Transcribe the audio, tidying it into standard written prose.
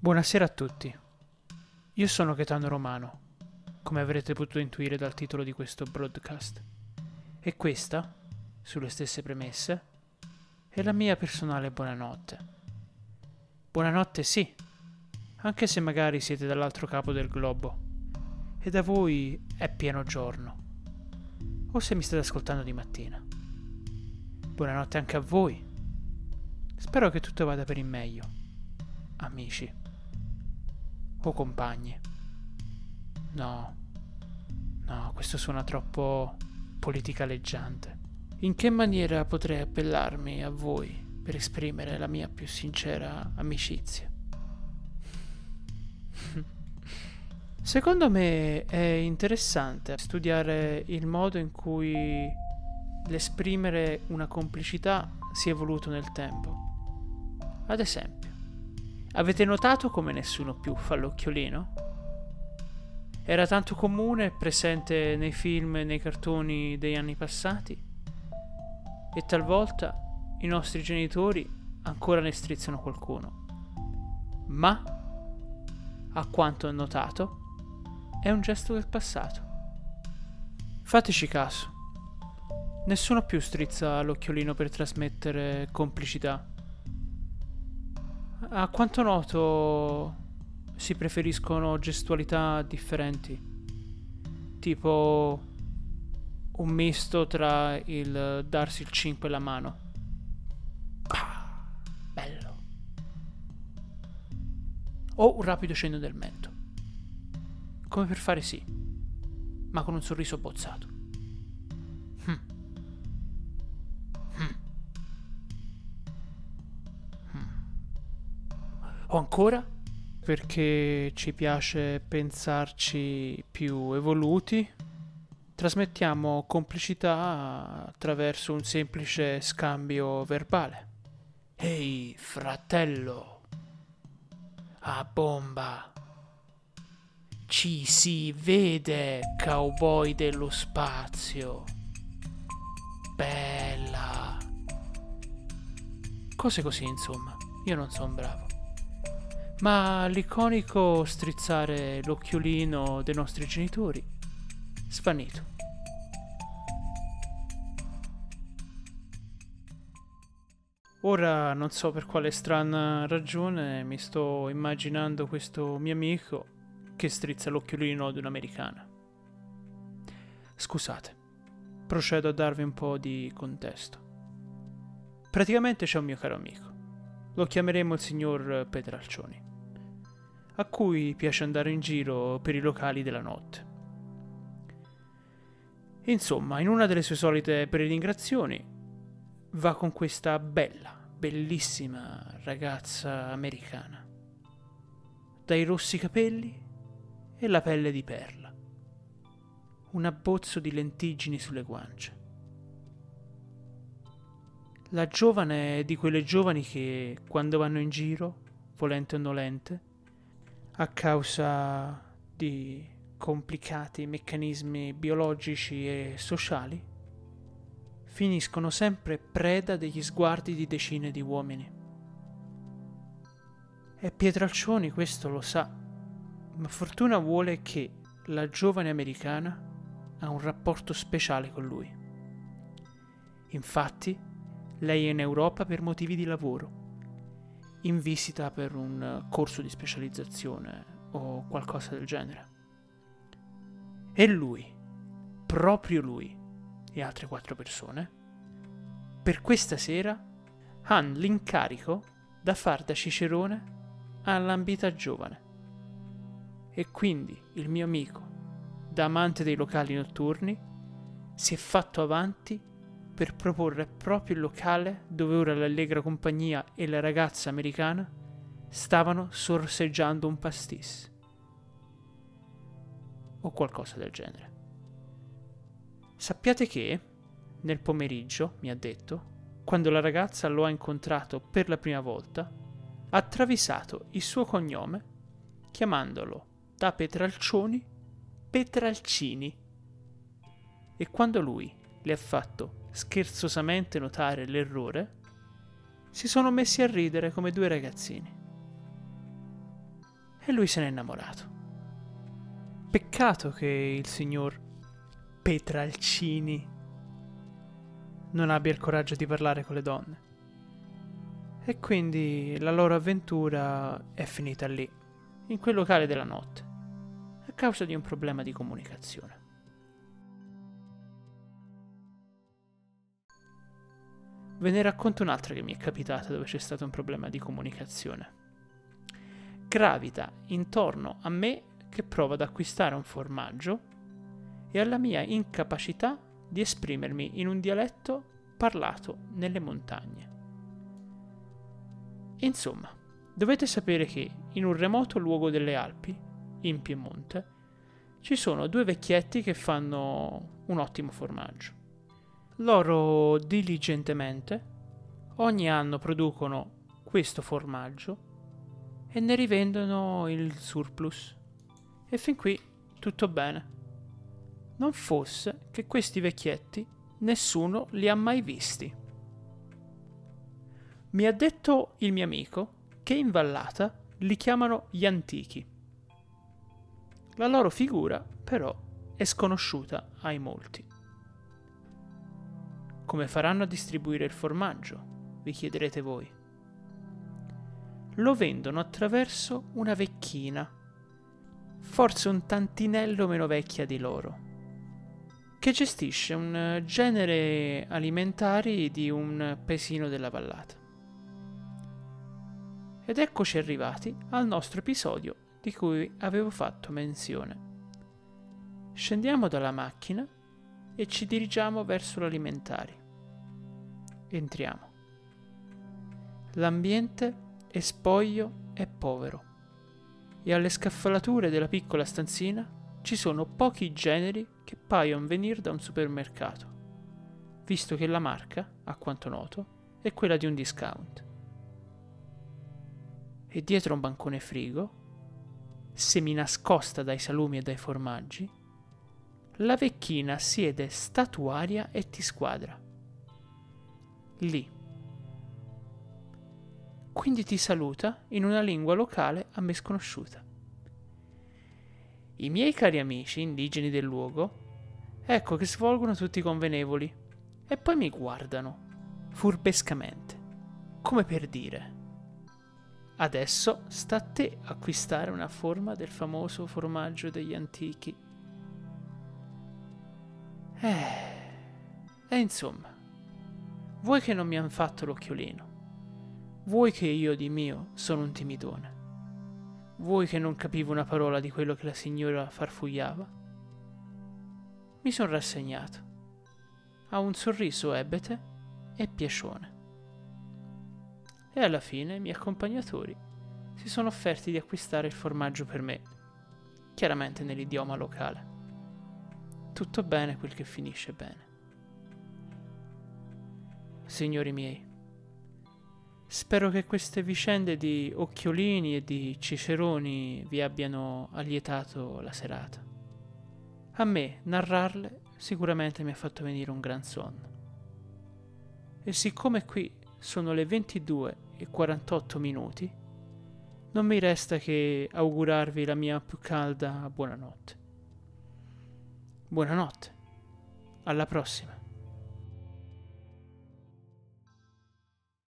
Buonasera a tutti, io sono Gaetano Romano, come avrete potuto intuire dal titolo di questo broadcast, e questa, sulle stesse premesse, è la mia personale buonanotte. Buonanotte sì, anche se magari siete dall'altro capo del globo, e da voi è pieno giorno, o se mi state ascoltando di mattina. Buonanotte anche a voi, spero che tutto vada per il meglio, amici. O compagni. No, questo suona troppo politicaleggiante. In che maniera potrei appellarmi a voi per esprimere la mia più sincera amicizia? Secondo me è interessante studiare il modo in cui l'esprimere una complicità si è evoluto nel tempo. Ad esempio, avete notato come nessuno più fa l'occhiolino? Era tanto comune, presente nei film e nei cartoni degli anni passati, e talvolta i nostri genitori ancora ne strizzano qualcuno. Ma, a quanto ho notato, è un gesto del passato. Fateci caso, nessuno più strizza l'occhiolino per trasmettere complicità. A quanto noto si preferiscono gestualità differenti, tipo un misto tra il darsi il 5 e la mano. Bello. O un rapido cenno del mento, come per fare sì, ma con un sorriso bozzato. O ancora, perché ci piace pensarci più evoluti, trasmettiamo complicità attraverso un semplice scambio verbale. Ehi, fratello, a bomba, ci si vede, cowboy dello spazio. Bella. Cose così, insomma, io non sono bravo. Ma l'iconico strizzare l'occhiolino dei nostri genitori, svanito. Ora non so per quale strana ragione mi sto immaginando questo mio amico che strizza l'occhiolino di un'americana. Scusate, procedo a darvi un po' di contesto. Praticamente c'è un mio caro amico. Lo chiameremo il signor Petralcioni, a cui piace andare in giro per i locali della notte. Insomma, in una delle sue solite peregrinazioni va con questa bellissima ragazza americana, dai rossi capelli e la pelle di perla, un abbozzo di lentiggini sulle guance. La giovane è di quelle giovani che, quando vanno in giro, volente o nolente, a causa di complicati meccanismi biologici e sociali, finiscono sempre preda degli sguardi di decine di uomini. E Pietralcioni questo lo sa, ma fortuna vuole che la giovane americana ha un rapporto speciale con lui. Infatti, lei è in Europa per motivi di lavoro, in visita per un corso di specializzazione o qualcosa del genere. E lui, proprio lui e altre 4 persone, per questa sera hanno l'incarico da far da cicerone all'ambita giovane. E quindi il mio amico, da amante dei locali notturni, si è fatto avanti per proporre proprio il locale dove ora l'allegra compagnia e la ragazza americana stavano sorseggiando un pastis. O qualcosa del genere. Sappiate che, nel pomeriggio, mi ha detto, quando la ragazza lo ha incontrato per la prima volta, ha travisato il suo cognome chiamandolo da Petralcioni Petralcini. E quando lui le ha fatto scherzosamente notare l'errore, si sono messi a ridere come 2 ragazzini. e lui se n'è innamorato. Peccato che il signor Petralcini non abbia il coraggio di parlare con le donne. E quindi la loro avventura è finita lì, in quel locale della notte, a causa di un problema di comunicazione. Ve ne racconto un'altra che mi è capitata dove c'è stato un problema di comunicazione. Gravita intorno a me che provo ad acquistare un formaggio e alla mia incapacità di esprimermi in un dialetto parlato nelle montagne. Insomma, dovete sapere che in un remoto luogo delle Alpi, in Piemonte, ci sono due vecchietti che fanno un ottimo formaggio. Loro diligentemente ogni anno producono questo formaggio e ne rivendono il surplus. E fin qui tutto bene. Non fosse che questi vecchietti nessuno li ha mai visti. Mi ha detto il mio amico che in vallata li chiamano gli antichi. La loro figura, però, è sconosciuta ai molti. Come faranno a distribuire il formaggio? Vi chiederete voi. Lo vendono attraverso una vecchina, forse un tantinello meno vecchia di loro, che gestisce un genere alimentari di un paesino della vallata. Ed eccoci arrivati al nostro episodio di cui avevo fatto menzione. Scendiamo dalla macchina e ci dirigiamo verso l'alimentari. Entriamo. L'ambiente è spoglio e povero e alle scaffalature della piccola stanzina ci sono pochi generi che paiono venire da un supermercato, visto che la marca, a quanto noto, è quella di un discount. E dietro un bancone frigo, seminascosta dai salumi e dai formaggi, la vecchina siede statuaria e ti squadra. Lì. Quindi ti saluta in una lingua locale a me sconosciuta. I miei cari amici indigeni del luogo, ecco che svolgono tutti convenevoli e poi mi guardano, furbescamente, come per dire: adesso sta a te acquistare una forma del famoso formaggio degli antichi. E insomma, vuoi che non mi han fatto l'occhiolino? Vuoi che io di mio sono un timidone? Vuoi che non capivo una parola di quello che la signora farfugliava? Mi son rassegnato a un sorriso ebete e piacione. E alla fine i miei accompagnatori si sono offerti di acquistare il formaggio per me, chiaramente nell'idioma locale. Tutto bene quel che finisce bene. Signori miei, spero che queste vicende di occhiolini e di ciceroni vi abbiano allietato la serata. A me narrarle sicuramente mi ha fatto venire un gran sonno. E siccome qui sono le 22:48, non mi resta che augurarvi la mia più calda buonanotte. Buonanotte, alla prossima.